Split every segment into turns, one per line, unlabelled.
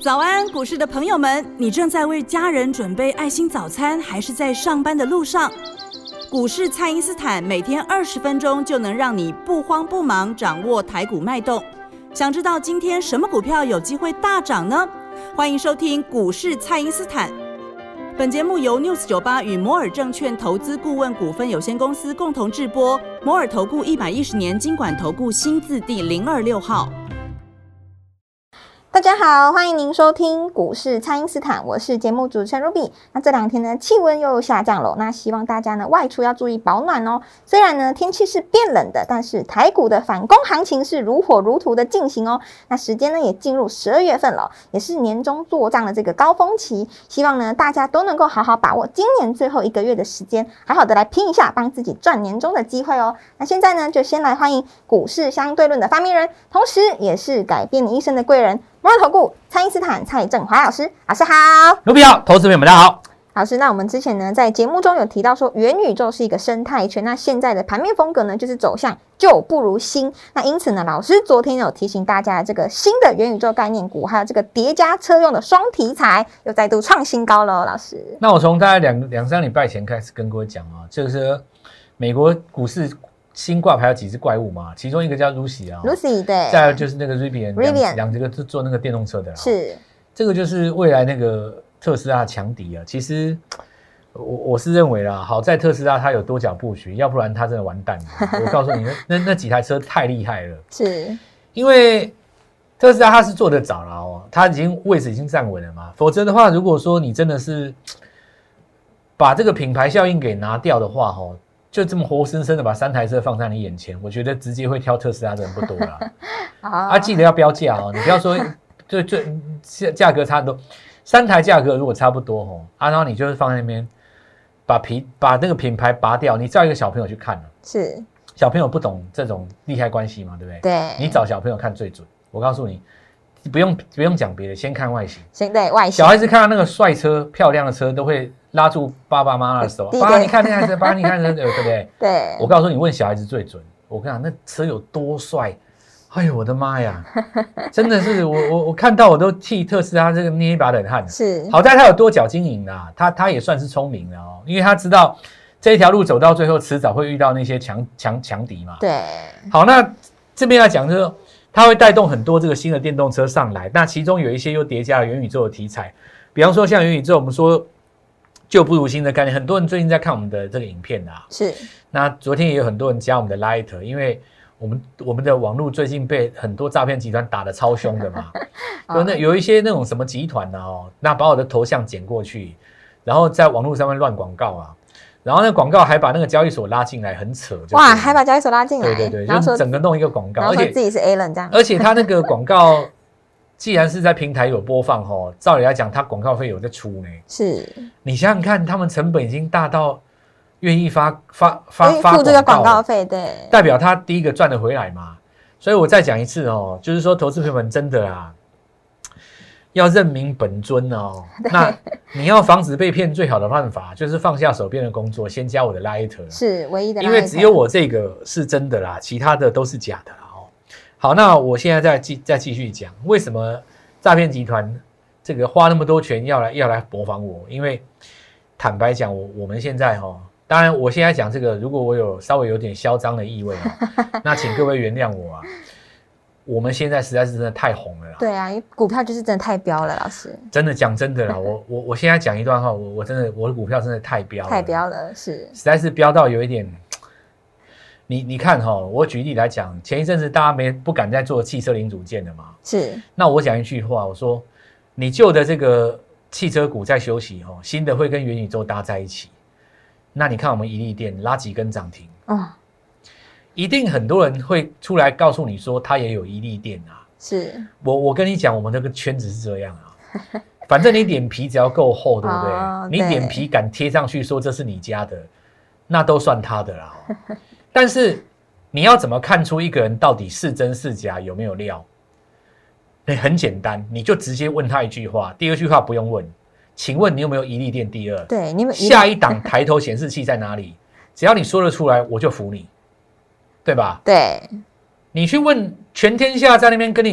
早安，股市的朋友们，你正在为家人准备爱心早餐，还是在上班的路上？股市蔡因斯坦每天20分钟就能让你不慌不忙掌握台股脉动。想知道今天什么股票有机会大涨呢？欢迎收听股市蔡因斯坦。本节目由 News98 与摩尔证券投资顾问股份有限公司共同制播，摩尔投顾110年金管投顾新字第026号。
大家好，欢迎您收听股市蔡因斯坦，我是节目主持人 Ruby。那这两天呢，气温又下降了，那希望大家呢外出要注意保暖哦。虽然呢天气是变冷的，但是台股的反攻行情是如火如荼的进行哦。那时间呢也进入12月份了，也是年终作账的这个高峰期，希望呢大家都能够好好把握今年最后1个月的时间，好好的来拼一下，帮自己赚年终的机会哦。那现在呢，就先来欢迎股市相对论的发明人，同时也是改变你一生的贵人。摩尔投顾蔡因斯坦蔡正华老师，老师好。
卢比好，投资朋友们大家好。
老师，那我们之前呢在节目中有提到说元宇宙是一个生态圈，那现在的盘面风格呢就是走向旧不如新，那因此呢老师昨天有提醒大家这个新的元宇宙概念股还有这个叠加车用的双题材又再度创新高了。老师，那
我从大概两三礼拜前开始跟各位讲啊，就是美国股市新挂牌有几只怪物嘛，其中一个叫 Lucy 啊
，Lucy 对，
再来就是那个 Rivian 两个做那个电动车的，
是这
个就是未来那个特斯拉的强敌啊。其实我是认为啦，好在特斯拉它有多角布局，要不然它真的完蛋了。我告诉你，那几台车太厉害了，
是
因为特斯拉它是做得早了哦，它位置已经站稳了嘛。否则的话，如果说你真的是把这个品牌效应给拿掉的话哦。就这么活生生的把3台车放在你眼前，我觉得直接会挑特斯拉的人不多了。记得要标价哦，你不要说就价格差很多，3台价格如果差不多哦，然后你就是放在那边把那个品牌拔掉，你叫一个小朋友去看
是
小朋友不懂这种利害关系嘛，对不对？
对，
你找小朋友看最准。我告诉你，不用讲别的，先看外形。
对，外形。
小孩子看到那个帅车、漂亮的车，都会拉住爸爸妈妈的手，爸，你看那台车，爸，你看那，对不对？
对。
我告诉你，问小孩子最准。我跟你讲，那车有多帅，哎呦我的妈呀，真的是我看到我都替特斯拉这个捏一把冷汗。
是。
好在他有多角经营啦，他也算是聪明了哦，因为他知道这一条路走到最后，迟早会遇到那些强敌嘛。
对。好，
那这边要讲就是说。它会带动很多这个新的电动车上来，那其中有一些又叠加了元宇宙的题材，比方说像元宇宙，我们说旧不如新的概念，很多人最近在看我们的这个影片啊，
是。
那昨天也有很多人加我们的 Light， 因为我们的网络最近被很多诈骗集团打得超凶的嘛，有一些那种什么集团啊，那把我的头像剪过去，然后在网络上面乱广告啊。然后那广告还把那个交易所拉进来，很扯。
哇，还把交易所拉进来，
对，就整个弄一个广告，
而且自己是 Alan 这样。
而且他那个广告，既然是在平台有播放哦，照理来讲，他广告费有在出呢。
是，
你想想看，他们成本已经大到愿意付
这个广告费，对，
代表他第一个赚得回来嘛。所以我再讲一次哦，就是说，投资朋友们真的啊。要认明本尊哦，那你要防止被骗，最好的办法就是放下手边的工作，先加我的 Light，
是唯一的 Light，
因为只有我这个是真的啦，其他的都是假的啦哦。好，那我现在再继续讲，为什么诈骗集团这个花那么多钱要来模仿我？因为坦白讲，我们现在当然我现在讲这个，如果我有稍微有点嚣张的意味那请各位原谅我啊。我们现在实在是真的太红了啦。
对啊，因为股票就是真的太飙了，老师。
真的讲真的啦，我现在讲一段话，我真的我的股票真的太飙了，
太飙了，是
实在是飙到有一点。你看我举例来讲，前一阵子大家不敢再做汽车零组件了嘛，
是。
那我讲一句话，我说你旧的这个汽车股在休息新的会跟元宇宙搭在一起。那你看我们一利电拉几根涨停一定很多人会出来告诉你说他也有一利电啊。
是。
我跟你讲，我们这个圈子是这样啊，反正你脸皮只要够厚，对不对？你脸皮敢贴上去说这是你家的，那都算他的啦。但是你要怎么看出一个人到底是真是假，有没有料？很简单，你就直接问他一句话，第二句话不用问，请问你有没有一利电第二？
对，你们
下一档抬头显示器在哪里？只要你说得出来，我就服你，对吧？
对，
你去问全天下在那边跟你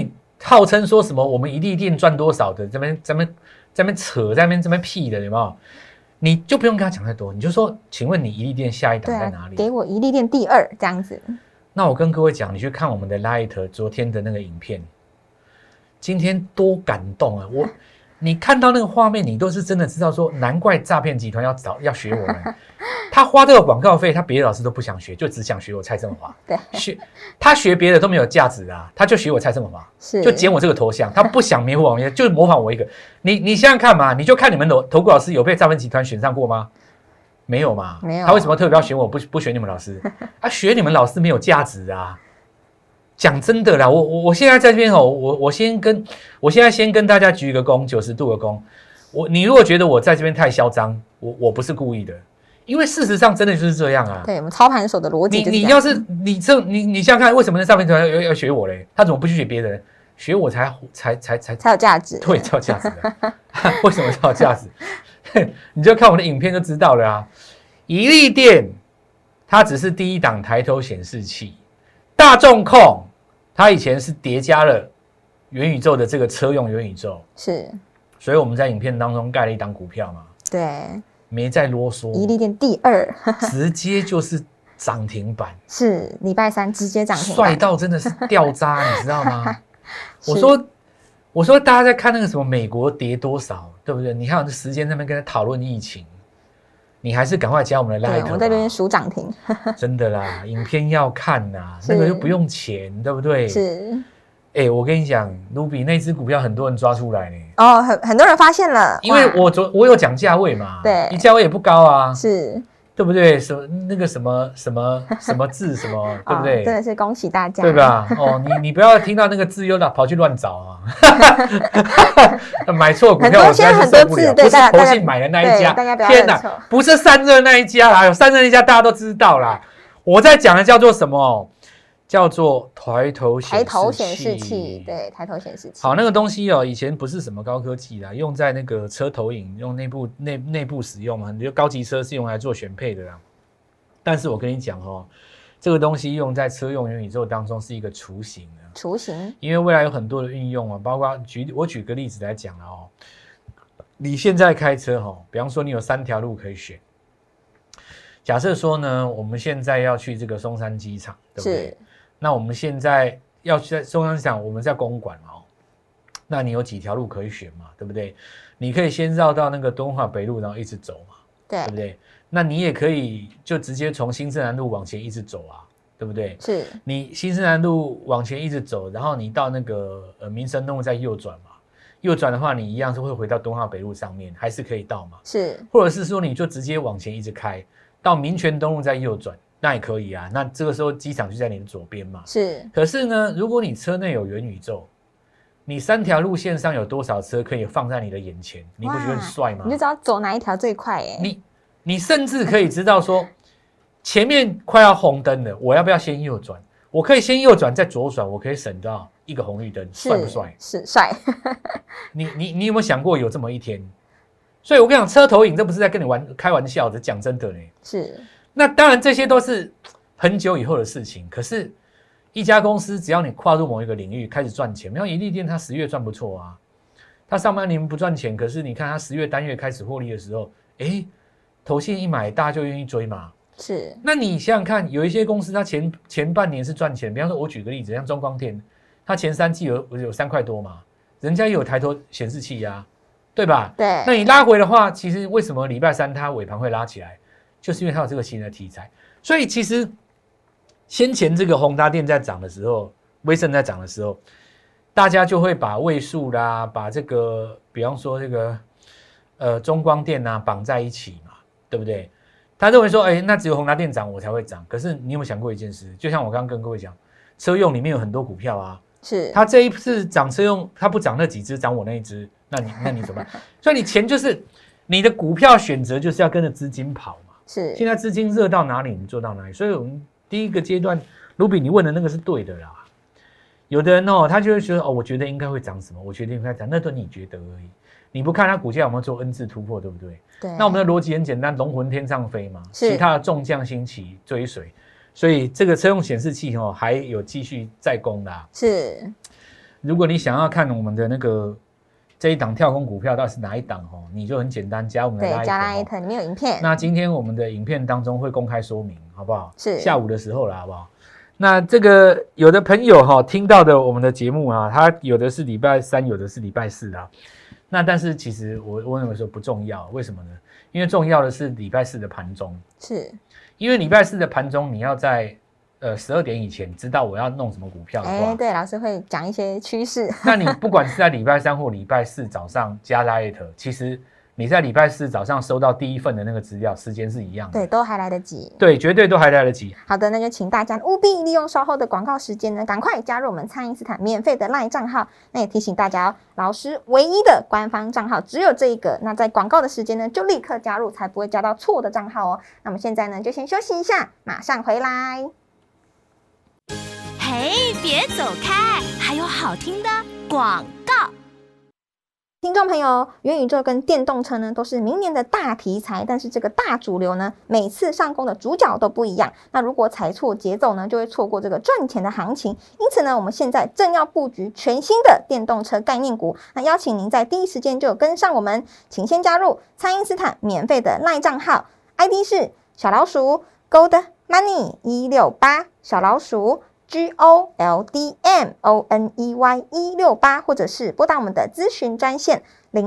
号称说什么我们一粒电赚多少的，这边扯，这边屁的，有没有？你就不用跟他讲太多，你就说，请问你一粒电下一档在哪里？
给我一粒电第2这样子。
那我跟各位讲，你去看我们的 Light 昨天的那个影片，今天多感动啊！你看到那个画面，你都是真的知道说，难怪诈骗集团要学我们。他花这个广告费，他别的老师都不想学，就只想学我蔡正华。
对，
他学别的都没有价值啊，他就学我蔡正华，就剪我这个头像，他不想模仿，就模仿我一个。你想想看嘛，你就看你们投顾老师有被诈骗集团选上过吗？没有嘛？
没有。
他为什么特别要选我，不选你们老师？学你们老师没有价值啊！讲真的啦，我现在在这边哦，我现在先跟大家鞠一个躬，90度的躬。你如果觉得我在这边太嚣张，我不是故意的，因为事实上真的就是这样啊。
对，我们操盘手的逻辑就是这样。
你要是你想想看，为什么那诈骗集团要学我嘞？他怎么不去学别人？学我才
有价值。
对，才有价值的。为什么才有价值？你就看我的影片就知道了啊。一粒电，它只是第一档抬头显示器。大众控，它以前是叠加了元宇宙的这个车用元宇宙，
是，
所以我们在影片当中盖了一档股票嘛，
对，
没再啰嗦，
一粒电第2，
直接就是涨停板，
是礼拜3直接涨停板，
帅到真的是掉渣，你知道吗？我说大家在看那个什么美国跌多少，对不对？你还有时间在那边跟他讨论疫情。你还是赶快加我们的 Light，
我在这边数涨停，
真的啦，影片要看呐，那个又不用钱，对不对？
是，
我跟你讲 ，Ruby 那只股票很多人抓出来呢。
哦，很多人发现了，
因为我有讲价位嘛，
对，
你价位也不高啊，
是，
对不对？什么那个什么字什么，对不对？
真的是恭喜大家，
对吧？哦，你不要听到那个字又跑去乱找啊。买错股票我实在是受不了，不是投信买的那一家，天哪，不是散热那一家啦，有散热那一家大家都知道啦。我在讲的叫做什么？叫做抬头显示器，
对，抬头显示器。
好，那个东西哦，以前不是什么高科技啦，用在那个车投影，用内部使用嘛，很多高级车是用来做选配的啦。但是我跟你讲哦，这个东西用在车用元宇宙当中是一个雏形的。
雏形，
因为未来有很多的运用啊，包括我举个例子来讲了哦，你现在开车哈，比方说你有3条路可以选。假设说呢，我们现在要去这个松山机场，对不对？是。那我们现在要去在松山机场，我们在公馆哦。那你有几条路可以选嘛？对不对？你可以先绕到那个敦化北路，然后一直走嘛，对不对？那你也可以就直接从新生南路往前一直走啊，对不对？是。你新生南路往前一直走，然后你到那个民生东路再右转嘛。右转的话，你一样是会回到敦化北路上面，还是可以到嘛？是。或者是说，你就直接往前一直开到民权东路再右转。那也可以啊，那这个时候机场就在你的左边嘛。是。可是呢，如果你车内有元宇宙，你3条路线上有多少车可以放在你的眼前，你不觉得很帅吗？
你就知道走哪一条最快耶。
你甚至可以知道说，前面快要红灯了，我要不要先右转？我可以先右转再左转，我可以省到1个红绿灯，帅不帅？
是帅。
你有没有想过有这么一天？所以我跟你讲，车投影这不是在跟你开玩笑的，讲真的呢。是。那当然，这些都是很久以后的事情。可是，一家公司只要你跨入某一个领域开始赚钱，比方一粒电，它10月赚不错啊。它上半年不赚钱，可是你看它10月单月开始获利的时候，投信一买，大家就愿意追嘛。是。那你想想看，有一些公司它前半年是赚钱，比方说我举个例子，像中光电，它前3季有3块多嘛，人家也有抬头显示器啊，对吧？对。那你拉回的话，其实为什么礼拜3它尾盘会拉起来？就是因为它有这个新的题材，所以其实先前这个宏达电在涨的时候，威盛在涨的时候，大家就会把位数啦，把这个比方说这个中光电啊绑在一起嘛，对不对？他认为说，那只有宏达电涨我才会涨。可是你有没有想过一件事？就像我刚刚跟各位讲，车用里面有很多股票啊，是它这一次涨车用，它不涨那几只，涨我那一只，那你怎么办？所以你钱就是你的股票选择就是要跟着资金跑。是，现在资金热到哪里，你做到哪里。所以我们第一个阶段，Ruby你问的那个是对的啦。有的人他就会觉得我觉得应该会涨什么，我觉得应该涨，那都你觉得而已。你不看它股价有没有做 N 字突破，对不对？对。那我们的逻辑很简单，龙魂天上飞嘛，其他的众将兴起追随，所以这个车用显示器还有继续再攻的。是。 如果你想要看我们的那个这一档跳空股票到底是哪一档哦，你就很简单加我们的 Light，
对，加 Light 里面有影片。
那今天我们的影片当中会公开说明，好不好？
是
下午的时候啦，好不好？那这个有的朋友哈听到的我们的节目啊，他有的是礼拜三，有的是礼拜四啊。那但是其实我认为说不重要，为什么呢？因为重要的是礼拜四的盘中，
是
因为礼拜四的盘中你要在12点以前知道我要弄什么股票的话，
对，老师会讲一些趋势。
那你不管是在礼拜三或礼拜四早上加 Light， 其实你在礼拜四早上收到第一份的那个资料，时间是一样的，
对，都还来得及，
对，绝对都还来得及。
好的，那就请大家务必利用稍后的广告时间呢，赶快加入我们蔡因斯坦免费的 LINE 账号。那也提醒大家哦，老师唯一的官方账号只有这一个，那在广告的时间呢，就立刻加入，才不会加到错的账号哦。那么现在呢，就先休息一下，马上回来。
嘿，别走开，还有好听的广告。
听众朋友，元宇宙跟电动车呢都是明年的大题材，但是这个大主流呢，每次上攻的主角都不一样。那如果踩错节奏呢，就会错过这个赚钱的行情。因此呢，我们现在正要布局全新的电动车概念股。那邀请您在第一时间就有跟上我们，请先加入蔡因斯坦免费的 LINE 账号 ，ID 是小老鼠 Gold Money 168，小老鼠GOLDMONEY 168，或者是拨打我们的咨询专线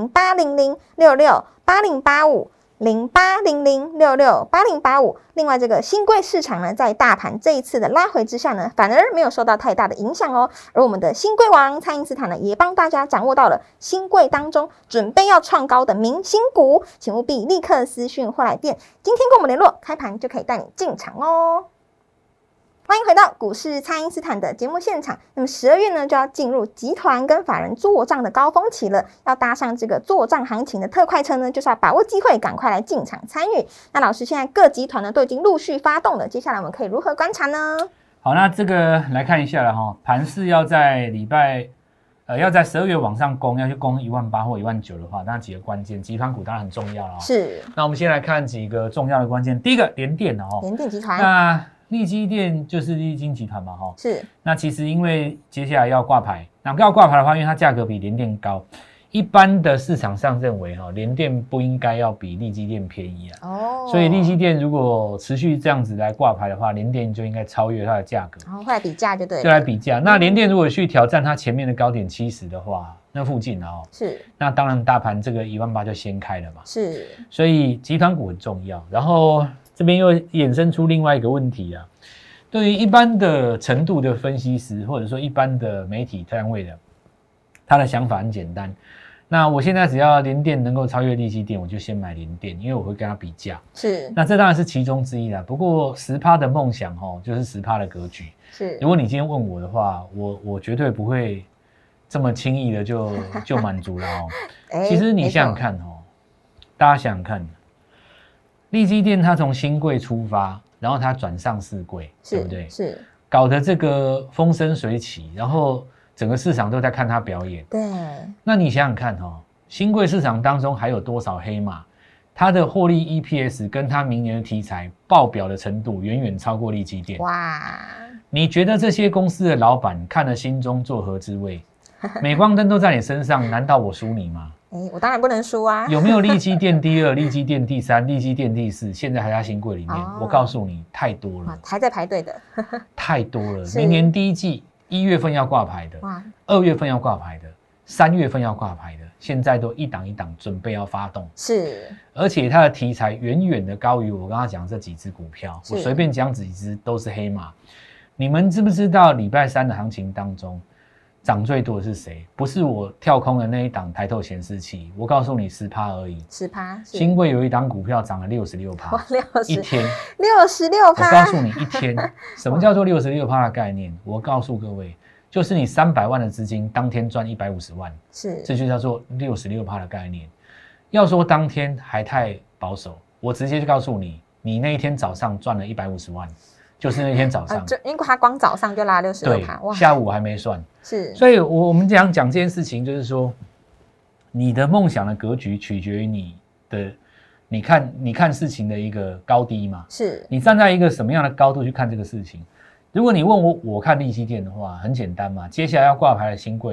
08006680850800668085。另外，这个新贵市场呢，在大盘这一次的拉回之下呢，反而没有受到太大的影响哦。而我们的新贵王蔡因斯坦呢，也帮大家掌握到了新贵当中准备要创高的明星股，请务必立刻私讯或来电，今天跟我们联络，开盘就可以带你进场哦。欢迎回到股市蔡因斯坦的节目现场。那么12月呢，就要进入集团跟法人做账的高峰期了。要搭上这个做账行情的特快车呢，就是要把握机会，赶快来进场参与。那老师，现在各集团呢都已经陆续发动了，接下来我们可以如何观察呢？
好，那这个来看一下了哈，盘势要在要在12月往上攻，要去攻18000或19000的话，那几个关键，集团股当然很重要了。
是。
那我们先来看几个重要的关键。第一个，联电哦，
联电集团。
那力积电就是力晶集团嘛，哈，
是。
那其实因为接下来要挂牌，那要挂牌的话，因为它价格比联电高，一般的市场上认为哈，联电不应该要比力积电便宜啊。哦。所以力积电如果持续这样子来挂牌的话，联电就应该超越它的价格。
然后会来比价就对了。
就来比价。那联电如果去挑战它前面的高点70的话，那附近哦，
是。那
当然大盘这个18000就先开了嘛。
是。所
以集团股很重要。然后这边又衍生出另外一个问题啊，对于一般的程度的分析师，或者说一般的媒体单位的，他的想法很简单。那我现在只要联电能够超越力积电，我就先买联电，因为我会跟它比价。
是。那
这当然是其中之一啦。不过10%的梦想就是10%的格局。
是。
如果你今天问我的话，我绝对不会这么轻易的就满足了哦。其实你想想看哦，大家想想看。力积电它从新贵出发，然后它转上市柜，对不对？
是，
搞得这个风生水起，然后整个市场都在看它表演。
对，
那你想想看哦，新贵市场当中还有多少黑马？它的获利 EPS 跟它明年的题材爆表的程度，远远超过力积电。哇！你觉得这些公司的老板看了心中作何滋味？镁光灯都在你身上，难道我输你吗？
我当然不能输啊！
有没有力积电第2、力积电第3、力积电第4？现在还在新柜里面，我告诉你，太多了，
还在排队的，
太多了。明年第一季1月份要挂牌的，2月份要挂牌的，3月份要挂牌的，现在都一档一档准备要发动。
是，
而且它的题材远远的高于我刚刚讲这几只股票，我随便讲几只都是黑马。你们知不知道礼拜3的行情当中？涨最多的是谁？不是我跳空的那一档抬头显示器，我告诉你10%而已。
10%。
新贵有一档股票涨了66%，一天
66%。
我告诉你一天，什么叫做66%的概念？我告诉各位，就是你300万的资金当天赚150万，
是，
这就叫做66%的概念。要说当天还太保守，我直接就告诉你，你那一天早上赚了150万。就是那天早上，
因为他光早上就拉66%，
对，下午还没算，
是，
所以我们讲这件事情，就是说，你的梦想的格局取决于你的，你看事情的一个高低嘛，
是
你站在一个什么样的高度去看这个事情。如果你问我看力积电的话，很简单嘛，接下来要挂牌的新贵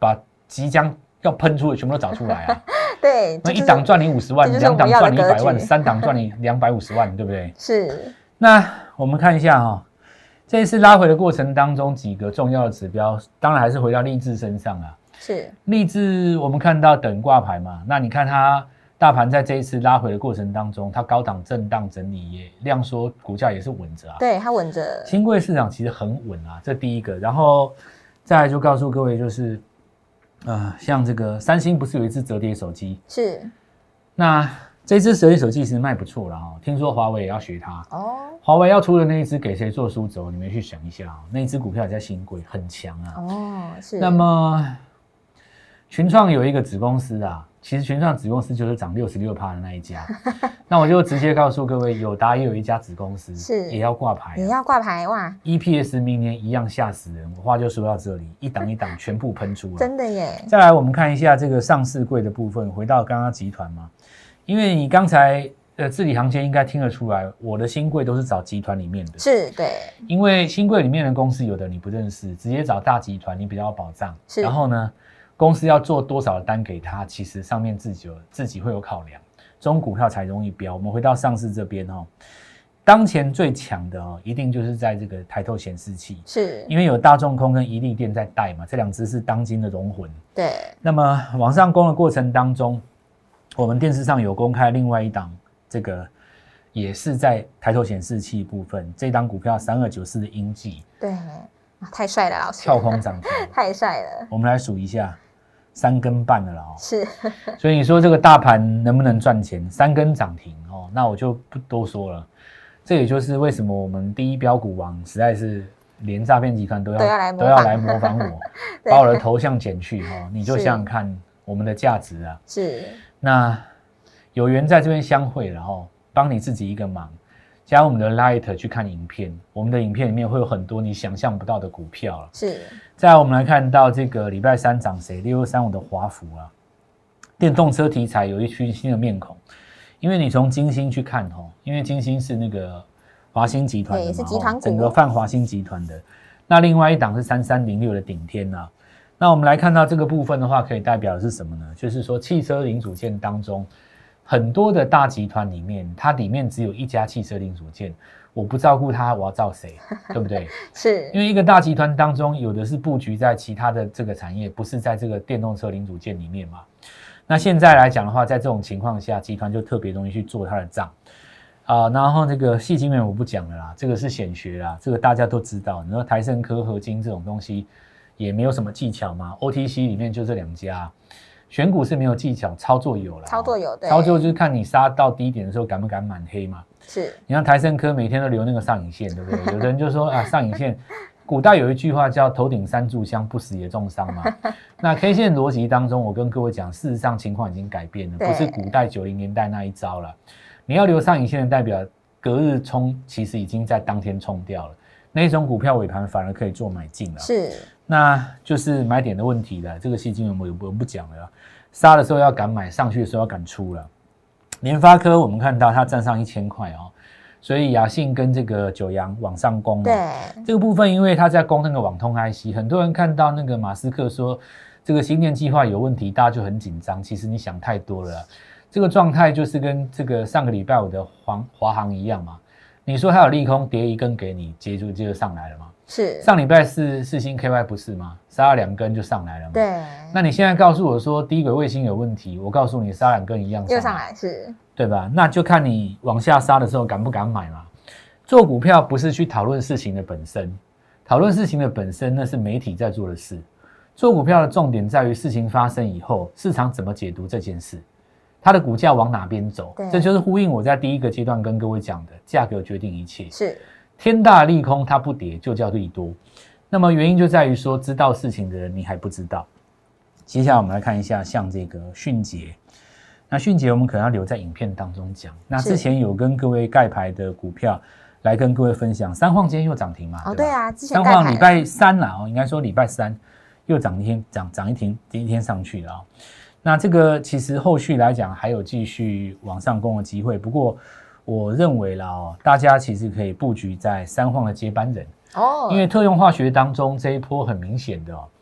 把即将要喷出的全部都找出来啊。
对，
那一档赚你50万，2档赚你100万，3档赚你250万，对不对？
是。
那我们看一下哈，这一次拉回的过程当中，几个重要的指标，当然还是回到励志身上啊。
是
励志，我们看到等挂牌嘛，那你看它大盘在这一次拉回的过程当中，它高档震荡整理也量缩，股价也是稳着啊。
对，它稳着。
新贵市场其实很稳啊，这第一个。然后再来就告诉各位，就是像这个三星不是有一只折叠手机？是。那这只折叠手机其实卖不错了哈，听说华为也要学它。哦。华为要出的那一只给谁做枢轴？你们去想一下，那一只股票也在新贵，很强啊。哦，是。那么群创有一个子公司啊，其实群创子公司就是涨66%的那一家。那我就直接告诉各位，友达也有一家子公司，是也要挂牌，
也要挂牌哇
！EPS 明年一样吓死人，我话就说到这里，一档一档全部喷出了，
真的耶！
再来，我们看一下这个上市柜的部分，回到刚刚集团嘛，因为你刚才字里行间应该听得出来，我的新柜都是找集团里面的，
是对，
因为新柜里面的公司有的你不认识，直接找大集团你比较有保障，是。然后呢，公司要做多少的单给他，其实上面自己会有考量，这种股票才容易飙。我们回到上市这边哦，当前最强的哦，一定就是在这个抬头显示器，是因为有大众空跟怡利电在带嘛，这两只是当今的荣魂。对。那么往上攻的过程当中，我们电视上有公开另外一档，这个也是在抬头显示器部分，这档股票3294的英记，对，
太帅了，老师，
跳空涨停，
太帅了。
我们来数一下。3根半了啦哦，
是，
所以你说这个大盘能不能赚钱？3根涨停哦，那我就不多说了。这也就是为什么我们第一标股王实在是连诈骗集团都要来模仿我，把我的头像剪去哦，你就想想看我们的价值啊。是，那有缘在这边相会了哦，帮你自己一个忙。加入我们的 Light 去看影片，我们的影片里面会有很多你想象不到的股票了。是，再来我们来看到这个礼拜三涨谁？6635的华孚啊，电动车题材有一群新的面孔。因为你从金星去看哦，因为金星是那个华兴集团的嘛，也是集团股，整个泛华兴集团的。那另外一档是3306的顶天啊。那我们来看到这个部分的话，可以代表的是什么呢？就是说汽车零组件当中。很多的大集团里面，它里面只有一家汽车零组件，我不照顾它，我要照谁？对不对？是因为一个大集团当中，有的是布局在其他的这个产业，不是在这个电动车零组件里面嘛。那现在来讲的话，在这种情况下，集团就特别容易去做它的账啊。然后这个矽晶圆我不讲了啦，这个是显学啦，这个大家都知道。你说台胜科、合金这种东西也没有什么技巧嘛 ，OTC 里面就这2家。选股是没有技巧，操作有了。操作有，对。操作就是看你杀到低点的时候敢不敢满黑嘛。是。你看台胜科每天都留那个上影线，对不对？有的人就说啊，上影线，古代有一句话叫“头顶3炷香，不死也重伤”嘛。那 K 线逻辑当中，我跟各位讲，事实上情况已经改变了，不是古代90年代那一招了。你要留上影线的，代表隔日冲，其实已经在当天冲掉了。那一种股票尾盘反而可以做买进了。是。那就是买点的问题了，这个矽晶圆我们不讲了，杀的时候要敢买，上去的时候要敢出了。联发科我们看到它站上1000块哦，所以雅信跟这个九阳往上攻。对，这个部分因为它在攻那个网通 IC， 很多人看到那个马斯克说这个星链计划有问题，大家就很紧张。其实你想太多了，这个状态就是跟这个上个礼拜五的华航一样嘛。你说它有利空，跌1根给你，接着上来了嘛？是上礼拜四星 KY 不是吗？杀了2根就上来了嘛？对。那你现在告诉我说低轨卫星有问题，我告诉你杀2根一样又上来，是，对吧？那就看你往下杀的时候敢不敢买嘛。做股票不是去讨论事情的本身，讨论事情的本身那是媒体在做的事。做股票的重点在于事情发生以后，市场怎么解读这件事，它的股价往哪边走，这就是呼应我在第一个阶段跟各位讲的，价格决定一切。是。天大利空它不跌就叫利多，那么原因就在于说知道事情的人你还不知道。接下来我们来看一下像这个迅捷，那迅捷我们可能要留在影片当中讲。那之前有跟各位盖牌的股票来跟各位分享，三晃今天又涨停嘛？哦，对啊，之前三晃礼拜3啦哦，应该说礼拜3又涨一天上去了哦。那这个其实后续来讲还有继续往上攻的机会，不过。我认为啦哦，大家其实可以布局在三晃的接班人哦，因为特用化学当中这一波很明显的哦，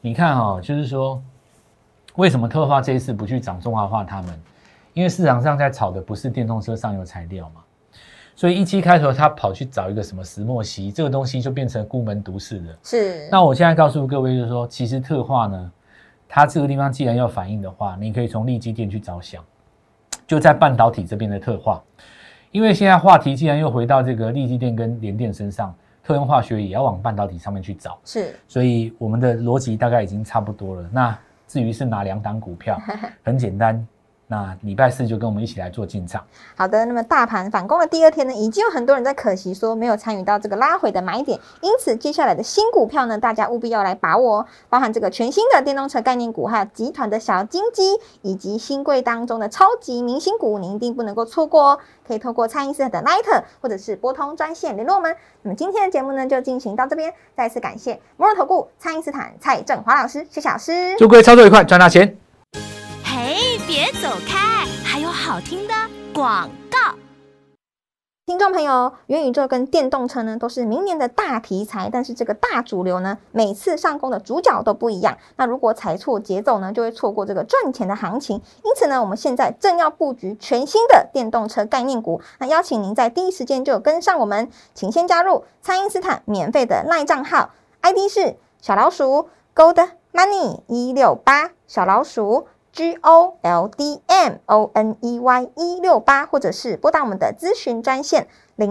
你看就是说为什么特化这一次不去涨中华化他们？因为市场上在炒的不是电动车上游材料嘛，所以17开头他跑去找一个什么石墨烯，这个东西就变成孤门独市了。
是。
那我现在告诉各位就是说，其实特化呢，它这个地方既然要反应的话，你可以从力积电去着想，就在半导体这边的特化。因为现在话题既然又回到这个力积电跟联电身上，特用化学也要往半导体上面去找，
是。
所以我们的逻辑大概已经差不多了。那至于是哪2档股票，很简单。那礼拜4就跟我们一起来做进场。
好的，那么大盘反攻的第2天呢，已经有很多人在可惜说没有参与到这个拉回的买点，因此接下来的新股票呢，大家务必要来把握哦，包含这个全新的电动车概念股，还有集团的小金鸡，以及新贵当中的超级明星股，你一定不能够错过哦。可以透过蔡因斯坦的 Line 或者是拨通专线联络我们。那么今天的节目呢，就进行到这边，再次感谢摩尔投顾蔡因斯坦蔡正华老师，谢谢老师，
祝各位操作愉快，赚大钱。
嘿，别走开，还有好听的广告。
听众朋友，元宇宙跟电动车呢都是明年的大题材，但是这个大主流呢，每次上攻的主角都不一样。那如果踩错节奏呢，就会错过这个赚钱的行情。因此呢，我们现在正要布局全新的电动车概念股。那邀请您在第一时间就有跟上我们，请先加入蔡因斯坦免费的 LINE 账号 ，ID 是小老鼠 Gold Money 168小老鼠。GOLDMONEY 168，或者是拨打我们的咨询专线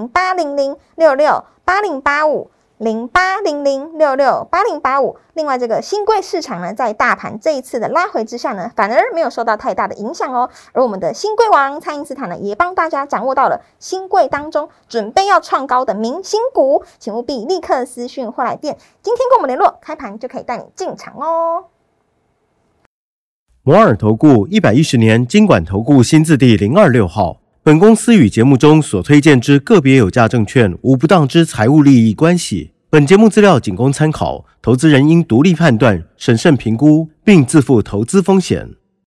0800668085 0800668085。另外，这个新贵市场呢，在大盘这一次的拉回之下呢，反而没有受到太大的影响哦。而我们的新贵王蔡因斯坦呢，也帮大家掌握到了新贵当中准备要创高的明星股，请务必立刻私讯或来电，今天跟我们联络，开盘就可以带你进场哦。
摩尔投顾110年金管投顾新字第026号。本公司与节目中所推荐之个别有价证券无不当之财务利益关系。本节目资料仅供参考，投资人应独立判断、审慎评估，并自负投资风险。